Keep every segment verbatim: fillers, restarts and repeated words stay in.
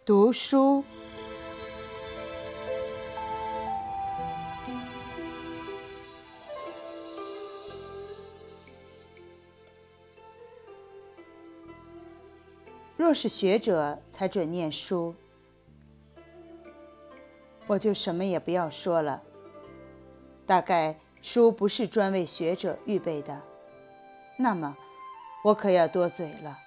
读书。若是学者才准念书，我就什么也不要说了。大概书不是专为学者预备的，那么我可要多嘴了。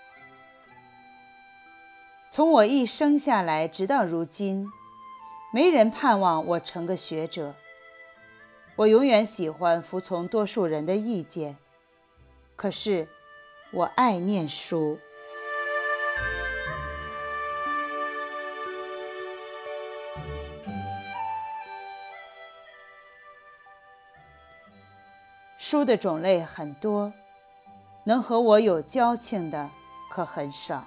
从我一生下来直到如今，没人盼望我成个学者。我永远喜欢服从多数人的意见，可是我爱念书。书的种类很多，能和我有交情的可很少。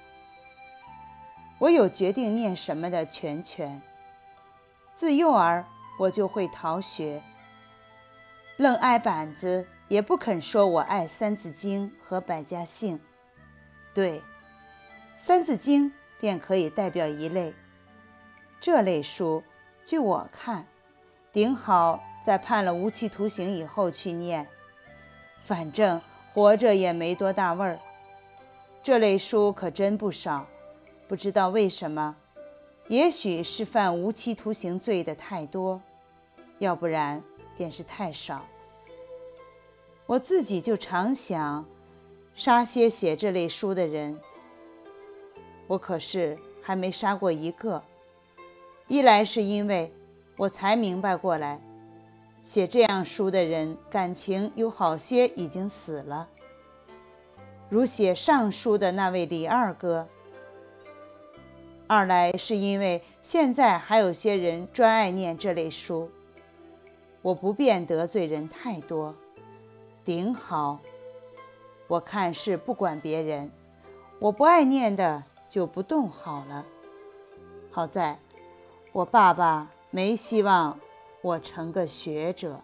我有决定念什么的全权，自幼儿我就会逃学，愣挨板子也不肯说我爱三字经和百家姓。对，三字经便可以代表一类，这类书据我看顶好在判了无期徒刑以后去念，反正活着也没多大味儿。这类书可真不少，不知道为什么，也许是犯无期徒刑罪的太多，要不然便是太少。我自己就常想杀些写这类书的人，我可是还没杀过一个。一来是因为我才明白过来，写这样书的人感情有好些已经死了，如写上书的那位李二哥。二来是因为现在还有些人专爱念这类书，我不便得罪人太多，顶好我看是不管别人，我不爱念的就不动好了。好在我爸爸没希望我成个学者。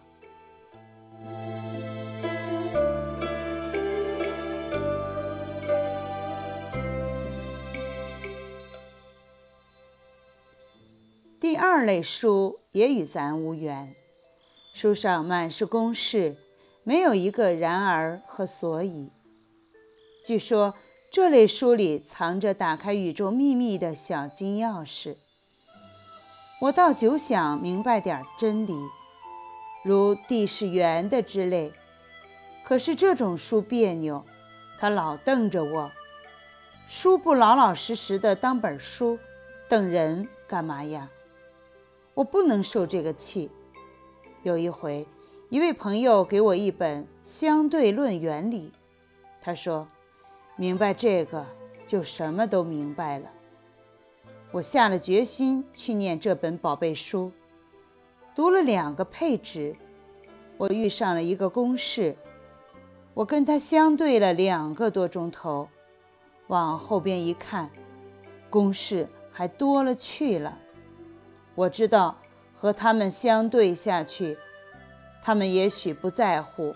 第二类书也与咱无缘，书上满是公式，没有一个然而和所以。据说这类书里藏着打开宇宙秘密的小金钥匙。我倒久想明白点真理，如地是圆的之类，可是这种书别扭，他老瞪着我。书不老老实实的当本书，瞪人干嘛呀？我不能受这个气。有一回，一位朋友给我一本《相对论原理》，他说明白这个就什么都明白了。我下了决心去念这本宝贝书，读了两个配置，我遇上了一个公式，我跟他相对了两个多钟头，往后边一看，公式还多了去了。我知道和他们相对下去，他们也许不在乎，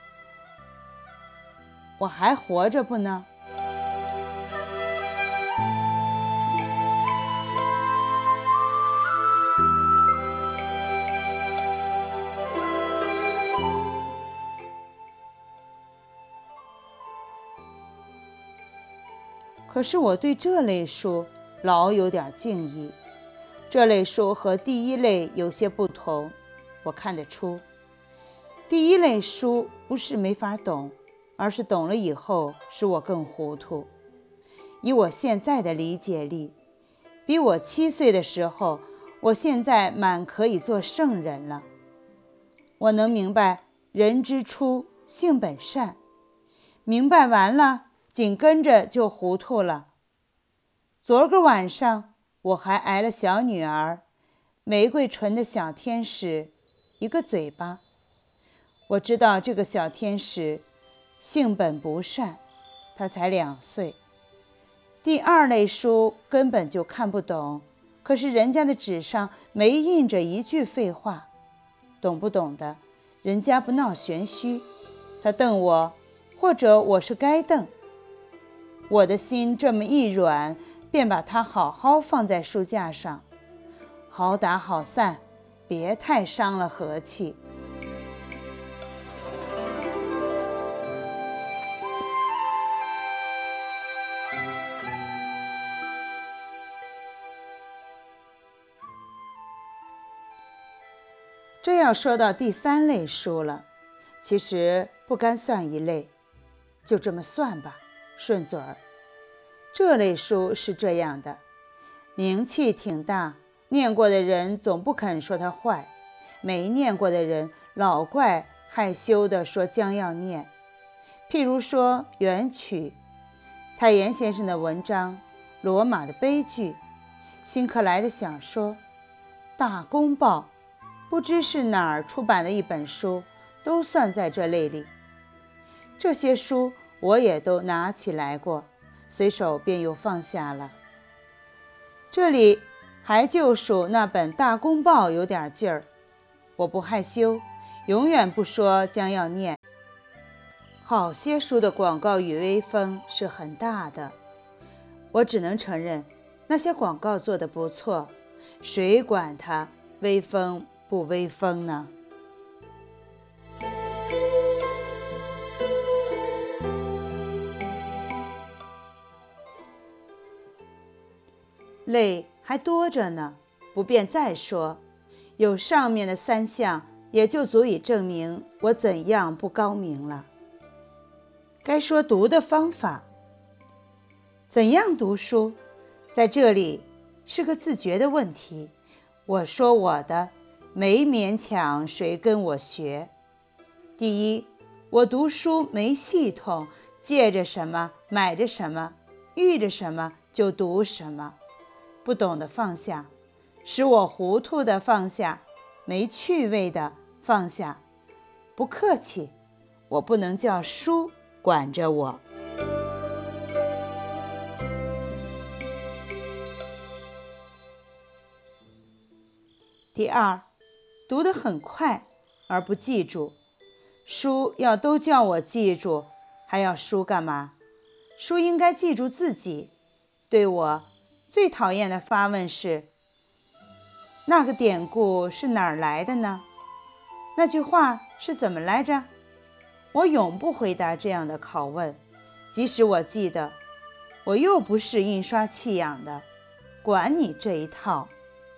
我还活着不呢？可是我对这类书老有点敬意。这类书和第一类有些不同，我看得出。第一类书不是没法懂，而是懂了以后使我更糊涂。以我现在的理解力，比我七岁的时候，我现在满可以做圣人了。我能明白人之初性本善，明白完了紧跟着就糊涂了。昨个晚上我还挨了小女儿玫瑰唇的小天使一个嘴巴。我知道这个小天使性本不善，她才两岁。第二类书根本就看不懂，可是人家的纸上没印着一句废话，懂不懂的人家不闹玄虚，他瞪我，或者我是该瞪。我的心这么一软， 便把它好好放在书架上，好打好散，别太伤了和气。这要说到第三类书了，其实不该算一类，就这么算吧，顺嘴儿。这类书是这样的，名气挺大，念过的人总不肯说它坏，没念过的人老怪害羞地说将要念。譬如说元曲，太炎先生的文章，罗马的悲剧，辛克莱的小说，大公报，不知是哪儿出版的一本书，都算在这类里。这些书我也都拿起来过，随手便又放下了。这里还就数那本大公报有点劲儿，我不害羞，永远不说将要念。好些书的广告与威风是很大的，我只能承认那些广告做得不错，谁管它威风不威风呢？类还多着呢，不便再说，有上面的三项，也就足以证明我怎样不高明了。该说读的方法，怎样读书，在这里是个自觉的问题。我说我的，没勉强谁跟我学。第一，我读书没系统，借着什么买着什么，遇着什么就读什么，不懂得放下，使我糊涂的放下，没趣味的放下。不客气，我不能叫书管着我。第二，读得很快而不记住，书要都叫我记住，还要书干嘛？书应该记住自己。对我最讨厌的发问是，那个典故是哪儿来的呢？那句话是怎么来着？我永不回答这样的拷问，即使我记得，我又不是印刷器养的，管你这一套。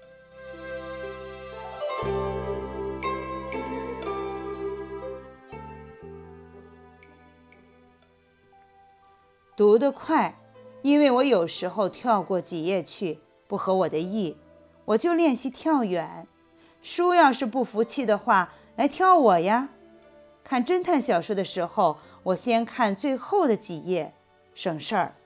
读得快，因为我有时候跳过几页去，不合我的意，我就练习跳远。书要是不服气的话，来挑我呀。看侦探小说的时候，我先看最后的几页，省事儿。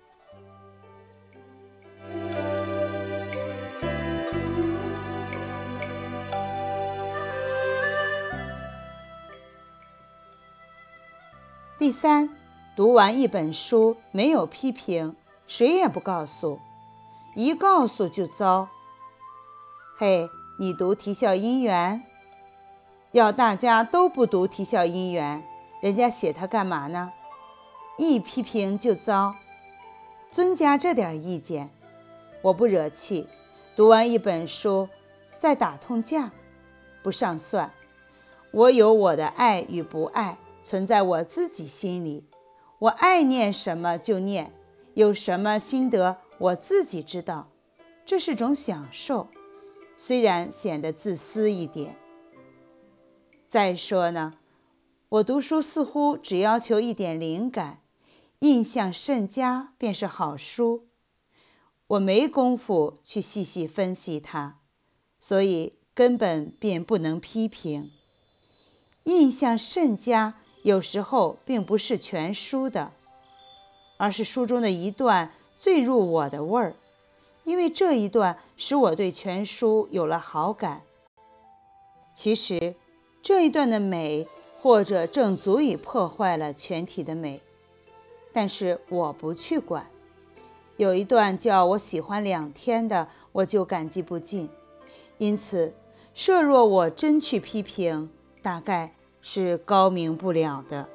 第三，读完一本书没有批评，谁也不告诉，一告诉就糟。嘿，你读啼笑姻缘，要大家都不读啼笑姻缘，人家写它干嘛呢？一批评就糟，尊加这点意见。我不惹气，读完一本书再打通架，不上算。我有我的爱与不爱，存在我自己心里，我爱念什么就念，有什么心得我自己知道，这是种享受，虽然显得自私一点。再说呢，我读书似乎只要求一点灵感，印象甚佳便是好书，我没工夫去细细分析它，所以根本便不能批评。印象甚佳有时候并不是全书的，而是书中的一段最入我的味儿，因为这一段使我对全书有了好感。其实这一段的美，或者正足以破坏了全体的美，但是我不去管。有一段叫我喜欢两天的，我就感激不尽。因此，设若我真去批评，大概是高明不了的。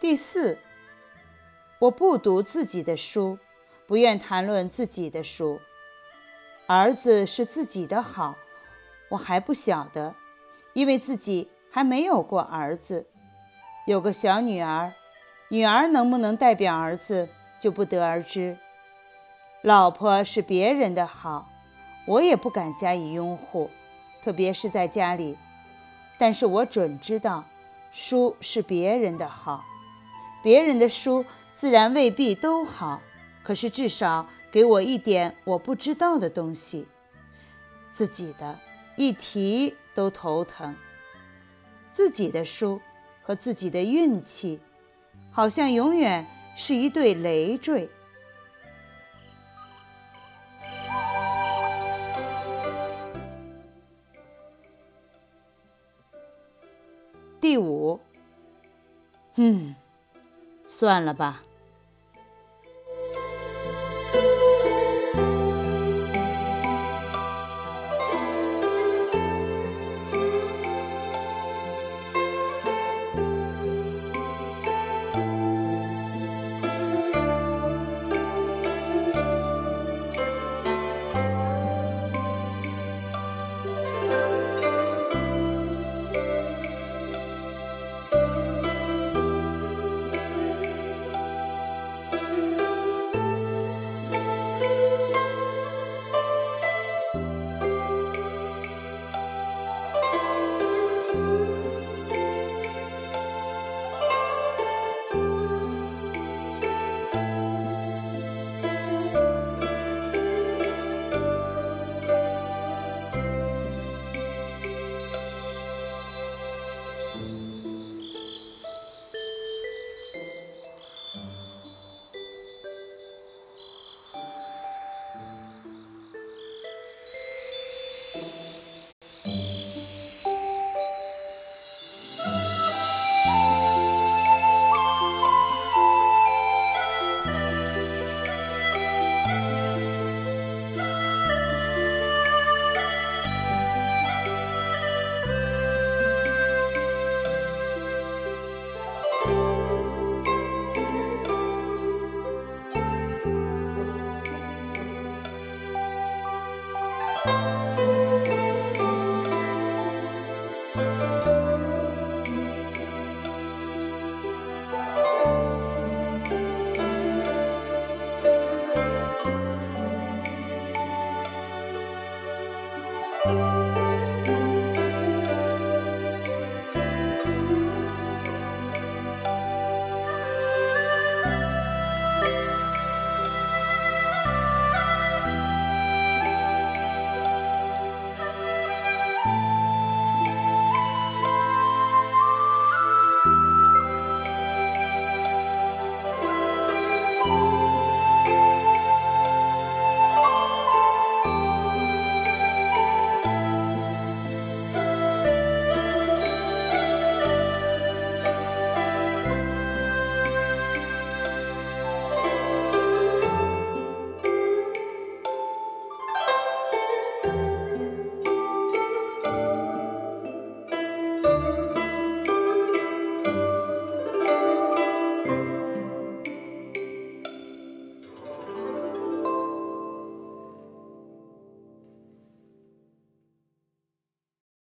第四，我不读自己的书，不愿谈论自己的书。儿子是自己的好，我还不晓得，因为自己还没有过儿子。有个小女儿，女儿能不能代表儿子，就不得而知。老婆是别人的好，我也不敢加以拥护，特别是在家里。但是我准知道，书是别人的好，别人的书自然未必都好，可是至少给我一点我不知道的东西。自己的一提都头疼。自己的书和自己的运气，好像永远是一对累赘。第五，嗯，算了吧。